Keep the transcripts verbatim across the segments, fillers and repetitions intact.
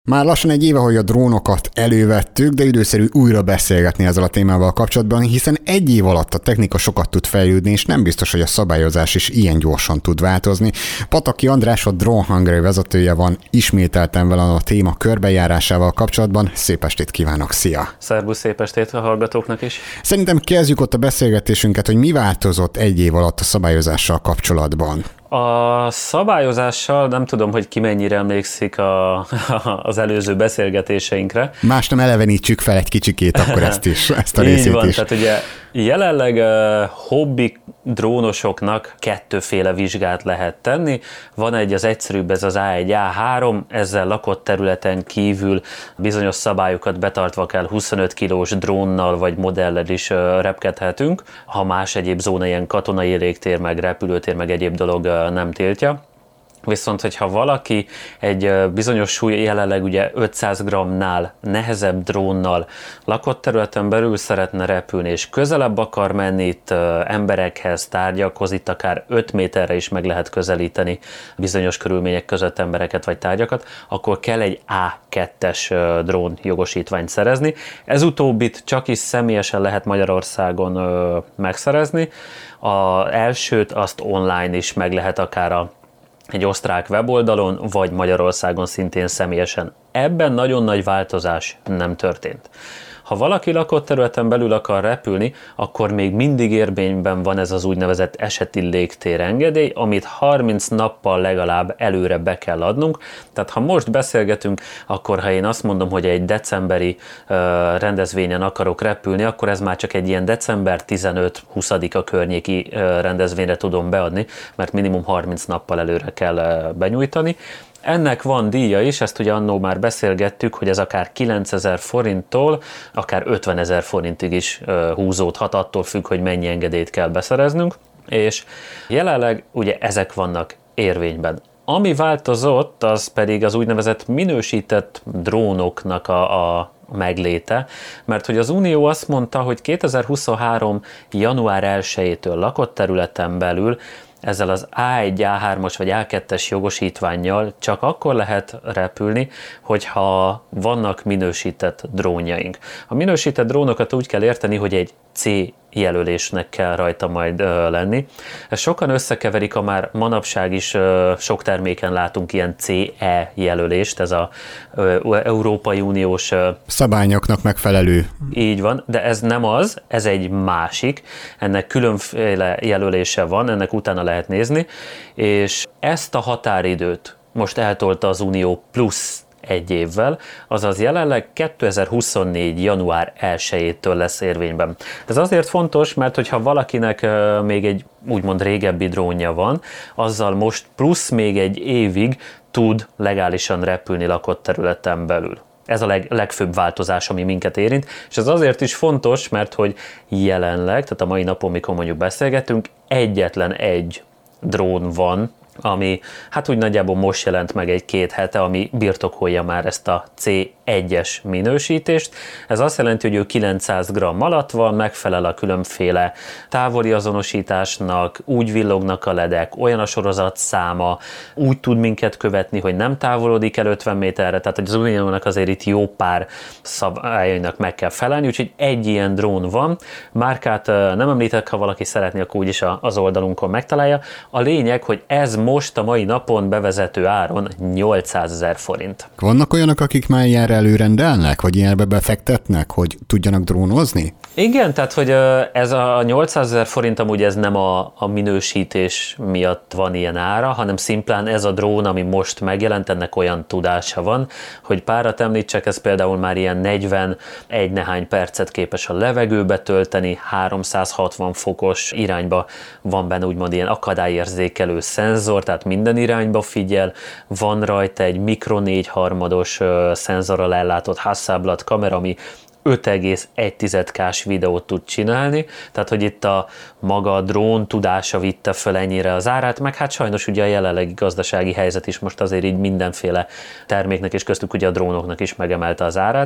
Már lassan egy éve, hogy a drónokat elővettük, de időszerű újra beszélgetni ezzel a témával kapcsolatban, hiszen egy év alatt a technika sokat tud fejlődni, és nem biztos, hogy a szabályozás is ilyen gyorsan tud változni. Pataki András, a Drone Hungary vezetője van ismételten vele a téma körbejárásával kapcsolatban. Szép estét kívánok, szia! Szerbusz, szép estét a hallgatóknak is! Szerintem kezdjük ott a beszélgetésünket, hogy mi változott egy év alatt a szabályozással kapcsolatban. A szabályozással nem tudom, hogy ki mennyire emlékszik a, az előző beszélgetéseinkre. Más nem elevenítsük fel egy kicsikét, akkor ezt is, ezt a Így részét van, is. Tehát ugye jelenleg uh, hobbi drónosoknak kettőféle vizsgát lehet tenni. Van egy, az egyszerűbb, ez az á egy á három, ezzel lakott területen kívül bizonyos szabályokat betartva kell huszonöt kilós drónnal vagy modellel is uh, repkedhetünk. Ha más egyéb zóna, ilyen katonai légtér, meg repülőtér, meg egyéb dolog uh, nem tiltja. Viszont, hogyha valaki egy bizonyos súly, jelenleg ugye ötszáz grammnál nehezebb drónnal lakott területen belül szeretne repülni, és közelebb akar menni itt emberekhez, tárgyakhoz, itt akár öt méterre is meg lehet közelíteni bizonyos körülmények között embereket vagy tárgyakat, akkor kell egy á kettes drón jogosítványt szerezni. Ez utóbbit csak is személyesen lehet Magyarországon megszerezni. Az elsőt azt online is meg lehet akár a egy osztrák weboldalon, vagy Magyarországon szintén személyesen. Ebben nagyon nagy változás nem történt. Ha valaki lakott területen belül akar repülni, akkor még mindig érvényben van ez az úgynevezett eseti légtérengedély, amit harminc nappal legalább előre be kell adnunk. Tehát ha most beszélgetünk, akkor ha én azt mondom, hogy egy decemberi uh, rendezvényen akarok repülni, akkor ez már csak egy ilyen december tizenöt-huszadika környéki uh, rendezvényre tudom beadni, mert minimum harminc nappal előre kell uh, benyújtani. Ennek van díja is, ezt ugye annó már beszélgettük, hogy ez akár kilencezer forinttól, akár ötvenezer forintig is húzódhat, attól függ, hogy mennyi engedélyt kell beszereznünk, és jelenleg ugye ezek vannak érvényben. Ami változott, az pedig az úgynevezett minősített drónoknak a, a megléte, mert hogy az Unió azt mondta, hogy kétezer-huszonhárom. január elsejétől lakott területen belül ezzel az á egy á hármas vagy á kettes jogosítvánnyal csak akkor lehet repülni, hogyha vannak minősített drónjaink. A minősített drónokat úgy kell érteni, hogy egy C jelölésnek kell rajta majd ö, lenni. Ezt sokan összekeverik, a már manapság is ö, sok terméken látunk ilyen cé e jelölést, ez az Európai Uniós ö, szabályoknak megfelelő. Így van, de ez nem az, ez egy másik, ennek különféle jelölése van, ennek utána lehet nézni, és ezt a határidőt most eltolta az Unió plusz egy évvel, azaz jelenleg kétezer-huszonnégy. január elsejétől lesz érvényben. Ez azért fontos, mert hogyha valakinek uh, még egy úgymond régebbi drónja van, azzal most plusz még egy évig tud legálisan repülni lakott területen belül. Ez a leg, legfőbb változás, ami minket érint, és ez azért is fontos, mert hogy jelenleg, tehát a mai napon, mikor mondjuk beszélgetünk, egyetlen egy drón van, ami hát úgy nagyjából most jelent meg egy-két hete, ami birtokolja már ezt a cé egyes minősítést. Ez azt jelenti, hogy ő kilencszáz gramm alatt van, megfelel a különféle távoli azonosításnak, úgy villognak a ledek, olyan a sorozat száma, úgy tud minket követni, hogy nem távolodik el ötven méterre, tehát az Uniónak azért itt jó pár szabályainak meg kell felelni, úgyhogy egy ilyen drón van. Márkát nem említek, ha valaki szeretné, akkor úgyis az oldalunkon megtalálja. A lényeg, hogy ez most a mai napon bevezető áron nyolcszázezer forint. Vannak olyanok, akik már ilyenre előrendelnek, vagy ilyenbe befektetnek, hogy tudjanak drónozni? Igen, tehát hogy ez a nyolcszázezer forint amúgy ez nem a, a minősítés miatt van ilyen ára, hanem szimplán ez a drón, ami most megjelent, ennek olyan tudása van, hogy párat említsek, ez például már ilyen negyvenegy nehány percet képes a levegőbe tölteni, háromszázhatvan fokos irányba van benne úgymond ilyen akadályérzékelő szenzor, tehát minden irányba figyel, van rajta egy mikro négy harmados szenzorral ellátott Hasselblad kamera, ami öt egész egy ká-s videót tud csinálni, tehát hogy itt a maga a drón tudása vitte föl ennyire az árát, meg hát sajnos ugye a jelenlegi gazdasági helyzet is most azért így mindenféle terméknek és köztük ugye a drónoknak is megemelte az árát.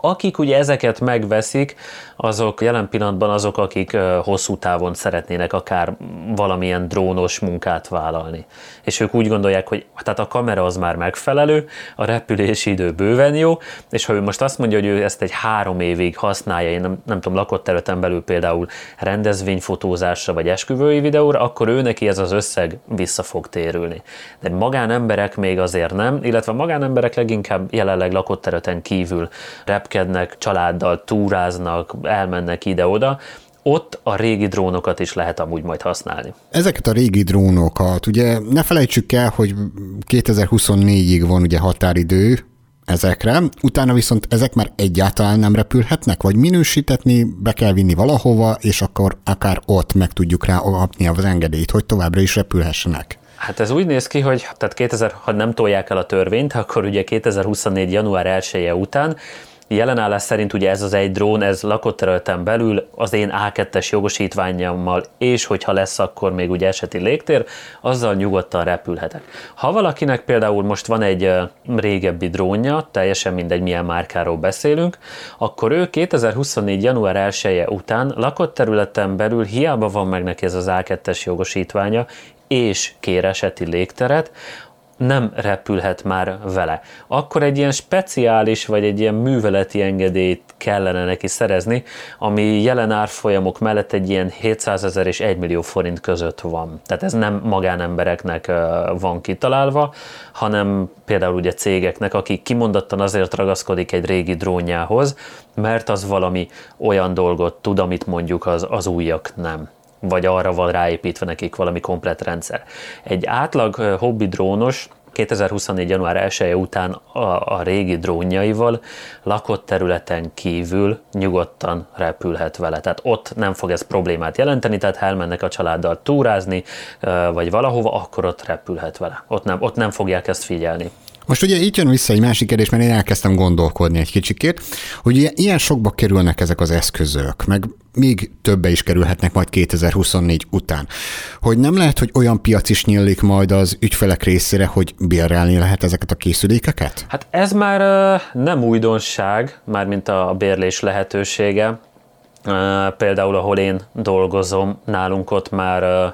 Akik ugye ezeket megveszik, azok jelen pillanatban azok, akik hosszú távon szeretnének akár valamilyen drónos munkát vállalni. És ők úgy gondolják, hogy tehát a kamera az már megfelelő, a repülési idő bőven jó, és ha ő most azt mondja, hogy ő ezt egy három évig használja, én nem, nem tudom, lakott területen belül például rendezvényfotózásra vagy esküvői videóra, akkor ő neki ez az összeg vissza fog térülni. De magánemberek még azért nem, illetve a magánemberek leginkább jelenleg lakott területen kívül repkednek, családdal túráznak, elmennek ide-oda, ott a régi drónokat is lehet amúgy majd használni. Ezeket a régi drónokat, ugye ne felejtsük el, hogy kétezer-huszonnégyig van ugye határidő ezekre, utána viszont ezek már egyáltalán nem repülhetnek, vagy minősítetni, be kell vinni valahova, és akkor akár ott meg tudjuk rá adni az engedélyt, hogy továbbra is repülhessenek. Hát ez úgy néz ki, hogy tehát kétezer, ha nem tolják el a törvényt, akkor ugye kétezer-huszonnégy. január elseje után jelenállás szerint ugye ez az egy drón, ez lakott területen belül az én á kettes jogosítványommal, és hogyha lesz akkor még ugye eseti légtér, azzal nyugodtan repülhetek. Ha valakinek például most van egy régebbi drónja, teljesen mindegy milyen márkáról beszélünk, akkor ő kétezer-huszonnégy. január elseje után lakott területen belül hiába van meg neki ez az á kettes jogosítványa, és kér eseti légteret, nem repülhet már vele. Akkor egy ilyen speciális, vagy egy ilyen műveleti engedélyt kellene neki szerezni, ami jelen árfolyamok mellett egy ilyen hétszázezer és egy millió forint között van. Tehát ez nem magánembereknek van kitalálva, hanem például ugye cégeknek, akik kimondottan azért ragaszkodik egy régi drónjához, mert az valami olyan dolgot tud, amit mondjuk az, az újak nem. Vagy arra van ráépítve nekik valami komplett rendszer. Egy átlag hobbi drónos kétezer-huszonnégy. január elseje után a, a régi drónjaival lakott területen kívül nyugodtan repülhet vele. Tehát ott nem fog ez problémát jelenteni, tehát ha elmennek a családdal túrázni, vagy valahova, akkor ott repülhet vele. Ott nem, ott nem fogják ezt figyelni. Most ugye itt jön vissza egy másik kérdés, mert én elkezdtem gondolkodni egy kicsikét, hogy ugye ilyen sokba kerülnek ezek az eszközök, meg még többe is kerülhetnek majd kétezer-huszonnégy után. Hogy nem lehet, hogy olyan piac is nyílik majd az ügyfelek részére, hogy bérelni lehet ezeket a készülékeket? Hát ez már uh, nem újdonság, mármint a bérlés lehetősége. Uh, például ahol én dolgozom, nálunk ott már uh,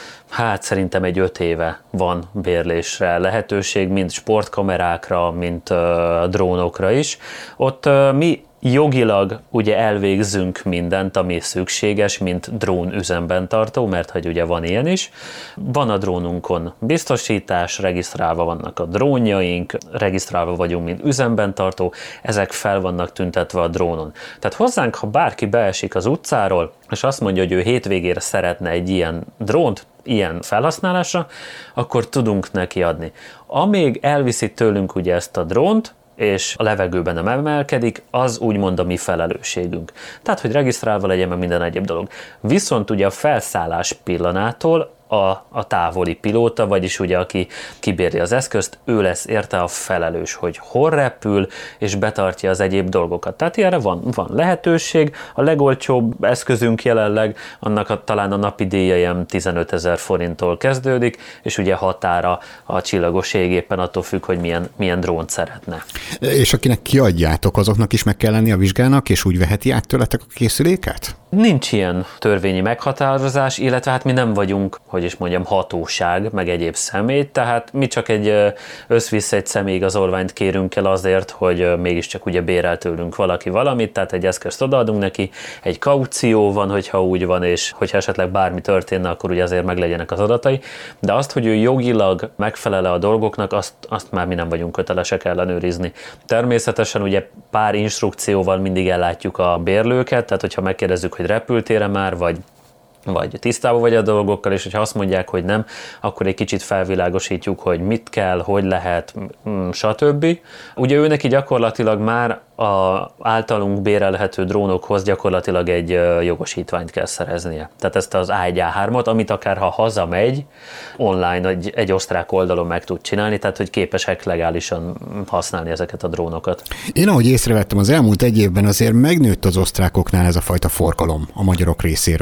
Hát szerintem egy öt éve van bérlésre lehetőség, mind sportkamerákra, mint uh, drónokra is. Ott uh, mi jogilag ugye elvégzünk mindent, ami szükséges, mint drón üzemben tartó, mert hogy ugye van ilyen is. Van a drónunkon biztosítás, regisztrálva vannak a drónjaink, regisztrálva vagyunk, mint üzemben tartó, ezek fel vannak tüntetve a drónon. Tehát hozzánk, ha bárki beesik az utcáról, és azt mondja, hogy ő hétvégére szeretne egy ilyen drónt, ilyen felhasználásra, akkor tudunk neki adni. Amíg elviszi tőlünk ugye ezt a drónt, és a levegőben nem emelkedik, az úgymond a mi felelősségünk. Tehát, hogy regisztrálva legyen meg minden egyéb dolog. Viszont ugye a felszállás pillanától a, a távoli pilóta, vagyis ugye aki kibérli az eszközt, ő lesz érte a felelős, hogy hol repül, és betartja az egyéb dolgokat. Tehát ilyenre van, van lehetőség. A legolcsóbb eszközünk jelenleg, annak a, talán a napi díja ilyen tizenötezer forinttól kezdődik, és ugye határa a csillagos ég éppen attól függ, hogy milyen, milyen drónt szeretne. És akinek kiadjátok, azoknak is meg kell lenni a vizsgának, és úgy veheti át tőletek a készüléket? Nincs ilyen törvényi meghatározás, illetve hát mi nem vagyunk, hogy is mondjam, hatóság, meg egyéb személy, tehát mi csak egy összvisz egy személyigazolványt kérünk el azért, hogy mégiscsak ugye bérel tőlünk valaki valamit, tehát egy eszközt odaadunk neki, egy kaució van, hogyha úgy van, és hogyha esetleg bármi történne, akkor ugye azért meglegyenek az adatai, de azt, hogy ő jogilag megfelel a dolgoknak, azt, azt már mi nem vagyunk kötelesek ellenőrizni. Természetesen ugye pár instrukcióval mindig ellátjuk a bérlőket, tehát hogyha megkérdezzük, hogy repültél már, vagy vagy tisztában vagy a dolgokkal, és hogyha azt mondják, hogy nem, akkor egy kicsit felvilágosítjuk, hogy mit kell, hogy lehet, stb. Ugye ő neki gyakorlatilag már az általunk bérelhető drónokhoz gyakorlatilag egy jogosítványt kell szereznie. Tehát ezt az á egy á hármat, amit akár ha hazamegy, online egy, egy osztrák oldalon meg tud csinálni, tehát hogy képesek legálisan használni ezeket a drónokat. Én ahogy észrevettem, az elmúlt egy évben azért megnőtt az osztrákoknál ez a fajta forgalom a magyarok részéről.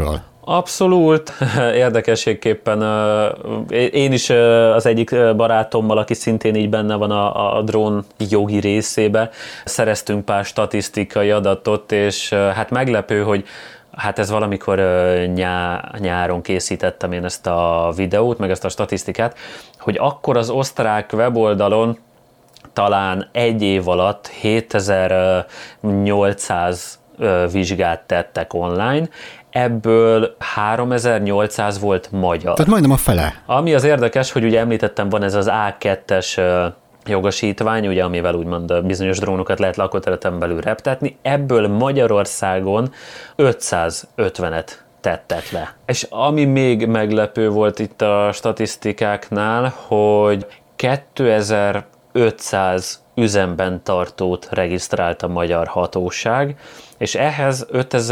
Abszolút. Érdekességképpen én is az egyik barátommal, aki szintén így benne van a, a drón jogi részébe, szereztünk pár statisztikai adatot, és hát meglepő, hogy hát ez valamikor nyá, nyáron készítettem én ezt a videót, meg ezt a statisztikát, hogy akkor az osztrák weboldalon talán egy év alatt hétezer-nyolcszáz vizsgát tettek online, ebből háromezer-nyolcszáz volt magyar. Tehát majdnem a fele. Ami az érdekes, hogy ugye említettem, van ez az á kettes jogosítvány, ugye, amivel úgymond bizonyos drónokat lehet lakóterületen belül reptetni, ebből Magyarországon ötszázötvenet tettek le. És ami még meglepő volt itt a statisztikáknál, hogy kétezer-ötszáz üzemben tartót regisztrált a magyar hatóság, és ehhez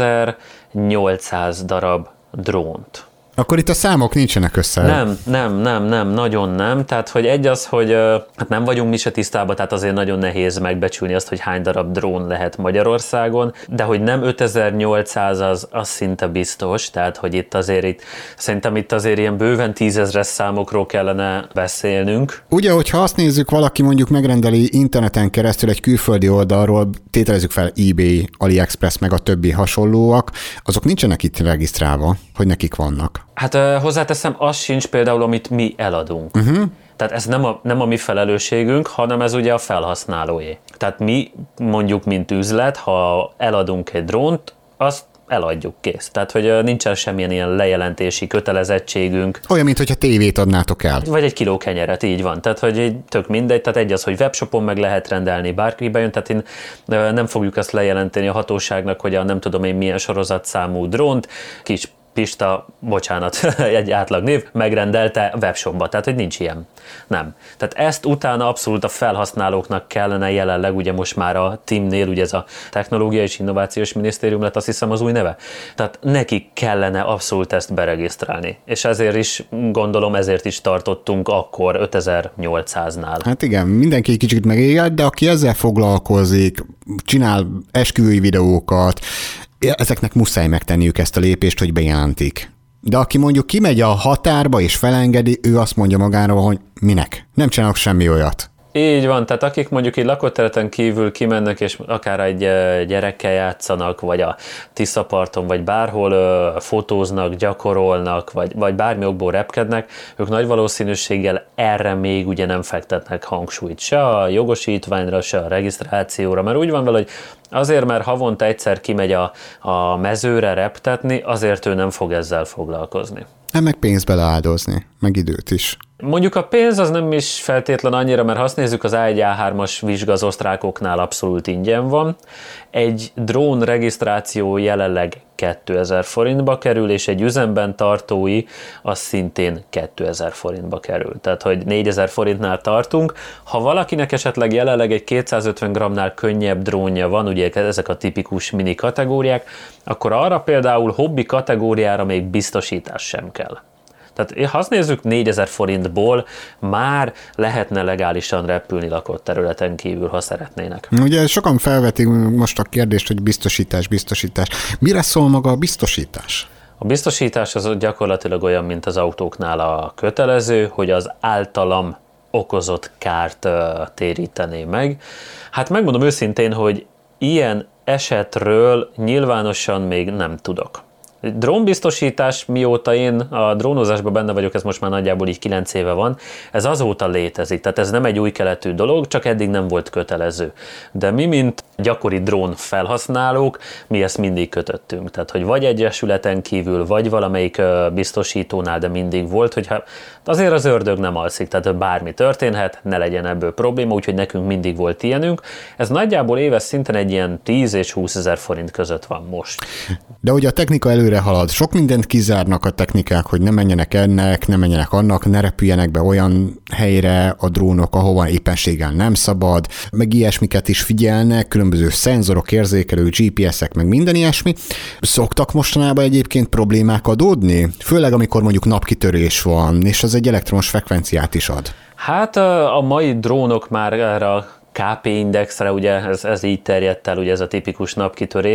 ötezer-nyolcszáz darab drónt. Akkor itt a számok nincsenek össze. Nem, nem, nem, nem, nagyon nem. Tehát, hogy egy az, hogy hát nem vagyunk mi se tisztában, tehát azért nagyon nehéz megbecsülni azt, hogy hány darab drón lehet Magyarországon, de hogy nem ötezer-nyolcszáz az, az szinte biztos, tehát, hogy itt azért itt, szerintem itt azért ilyen bőven tízezres számokról kellene beszélnünk. Ugye, hogyha azt nézzük, valaki mondjuk megrendeli interneten keresztül egy külföldi oldalról, tételezzük fel eBay, AliExpress, meg a többi hasonlóak, azok nincsenek itt regisztrálva, hogy nekik vannak. Hát hozzáteszem, az sincs például, amit mi eladunk. Uh-huh. Tehát ez nem a, nem a mi felelősségünk, hanem ez ugye a felhasználóé. Tehát mi mondjuk, mint üzlet, ha eladunk egy drónt, azt eladjuk, kész. Tehát, hogy nincsen semmilyen ilyen lejelentési kötelezettségünk. Olyan, mint hogyha tévét adnátok el. Vagy egy kiló kenyeret, így van. Tehát, hogy tök mindegy, tehát egy az, hogy webshopon meg lehet rendelni, bárki bejön, tehát én nem fogjuk azt lejelenteni a hatóságnak, hogy a nem tudom én milyen sorozatszámú drónt, kis Pista, bocsánat, egy átlag név, megrendelte webshopba, tehát hogy nincs ilyen. Nem. Tehát ezt utána abszolút a felhasználóknak kellene jelenleg, ugye most már a TIM-nél, ugye ez a Technológiai és Innovációs Minisztérium lett, azt hiszem az új neve. Tehát nekik kellene abszolút ezt beregisztrálni. És ezért is, gondolom, ezért is tartottunk akkor ötezer-nyolcszáznál. Hát igen, mindenki egy kicsit megégett, de aki ezzel foglalkozik, csinál esküvői videókat, ezeknek muszáj megtenniük ezt a lépést, hogy bejelentik. De aki mondjuk kimegy a határba és felengedi, ő azt mondja magáról, hogy minek? Nem csinálok semmi olyat. Így van, tehát akik mondjuk így lakóterületen kívül kimennek, és akár egy gyerekkel játszanak, vagy a Tiszaparton, vagy bárhol ö, fotóznak, gyakorolnak, vagy, vagy bármi okból repkednek, ők nagy valószínűséggel erre még ugye nem fektetnek hangsúlyt. Se a jogosítványra, se a regisztrációra, mert úgy van vele, hogy azért, mert havonta egyszer kimegy a, a mezőre reptetni, azért ő nem fog ezzel foglalkozni. Nem meg pénzt beleáldozni, meg időt is. Mondjuk a pénz az nem is feltétlen annyira, mert ha azt nézzük, az á egy á hármas vizsga az osztrákoknál abszolút ingyen van. Egy drón regisztráció jelenleg kétezer forintba kerül, és egy üzemben tartói az szintén kétezer forintba kerül. Tehát, hogy négyezer forintnál tartunk. Ha valakinek esetleg jelenleg egy kétszázötven grammnál könnyebb drónja van, ugye ezek a tipikus mini kategóriák, akkor arra például hobbi kategóriára még biztosítás sem kell. Tehát ha azt nézzük, négyezer forintból már lehetne legálisan repülni lakott területen kívül, ha szeretnének. Ugye sokan felvetik most a kérdést, hogy biztosítás, biztosítás. Mire szól maga a biztosítás? A biztosítás az gyakorlatilag olyan, mint az autóknál a kötelező, hogy az általam okozott kárt uh, térítené meg. Hát megmondom őszintén, hogy ilyen esetről nyilvánosan még nem tudok. Drónbiztosítás, mióta én a drónozásban benne vagyok, ez most már nagyjából így kilenc éve van, ez azóta létezik, tehát ez nem egy új keletű dolog, csak eddig nem volt kötelező. De mi, mint gyakori drón felhasználók, mi ezt mindig kötöttünk. Tehát, hogy vagy egyesületen kívül, vagy valamelyik biztosítónál, de mindig volt, hogyha azért az ördög nem alszik, tehát bármi történhet, ne legyen ebből probléma, úgyhogy nekünk mindig volt ilyenünk. Ez nagyjából éves szinten egy ilyen tíz és húszezer forint között van most. De ugye a technika előre halad, sok mindent kizárnak a technikák, hogy ne menjenek ennek, ne menjenek annak, ne repüljenek be olyan helyre a drónok, ahova éppenséggel nem szabad, meg ilyesmiket is figyelnek, különböző szenzorok, érzékelő, gé pé es-ek, meg minden ilyesmi. Szoktak mostanában egyébként problémák adódni? Főleg, amikor mondjuk napkitörés van, és az egy elektromos frekvenciát is ad. Hát a mai drónok már erre a ká pé indexre, ugye ez, ez így terjedt el, ugye ez a tipikus napkitörés.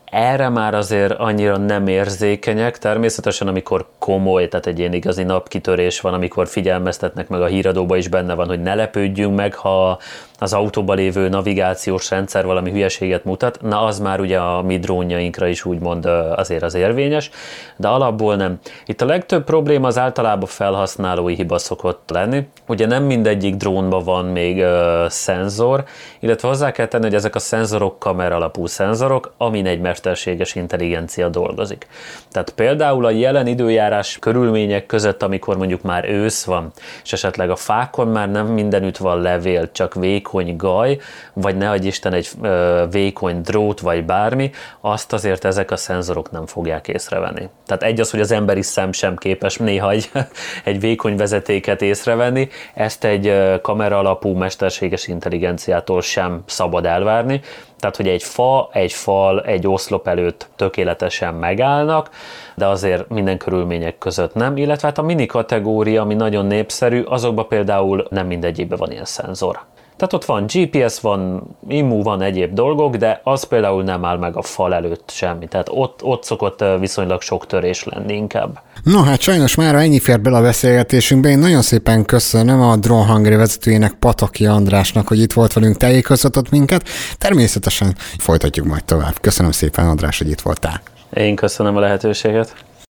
Erre már azért annyira nem érzékenyek, természetesen amikor komoly, tehát egy ilyen igazi napkitörés van, amikor figyelmeztetnek, meg a híradóban is benne van, hogy ne lepődjünk meg, ha az autóban lévő navigációs rendszer valami hülyeséget mutat, na az már ugye a mi drónjainkra is úgymond azért az érvényes, de alapból nem. Itt a legtöbb probléma az általában felhasználói hiba szokott lenni. Ugye nem mindegyik drónban van még uh, szenzor, illetve hozzá kell tenni, hogy ezek a szenzorok kamera alapú szenzorok, amin egy mesterséges intelligencia dolgozik. Tehát például a jelen időjárás körülmények között, amikor mondjuk már ősz van, és esetleg a fákon már nem mindenütt van levél, csak vékony gaj, vagy ne adj Isten egy ö, vékony drót, vagy bármi, azt azért ezek a szenzorok nem fogják észrevenni. Tehát egy az, hogy az emberi szem sem képes néha egy, egy vékony vezetéket észrevenni, ezt egy kamera alapú mesterséges intelligenciától sem szabad elvárni. Tehát, hogy egy fa, egy fal, egy oszlop előtt tökéletesen megállnak, de azért minden körülmények között nem, illetve hát a mini kategória, ami nagyon népszerű, azokban például nem mindegyikben van ilyen szenzor. Tehát ott van gé pé es, van I M U, van egyéb dolgok, de az például nem áll meg a fal előtt semmi. Tehát ott, ott szokott viszonylag sok törés lenni inkább. No hát sajnos már ennyi fér bele a beszélgetésünkbe. Én nagyon szépen köszönöm a Drone Hungary vezetőjének, Pataki Andrásnak, hogy itt volt velünk, tájékoztatott minket. Természetesen folytatjuk majd tovább. Köszönöm szépen, András, hogy itt voltál. Én köszönöm a lehetőséget.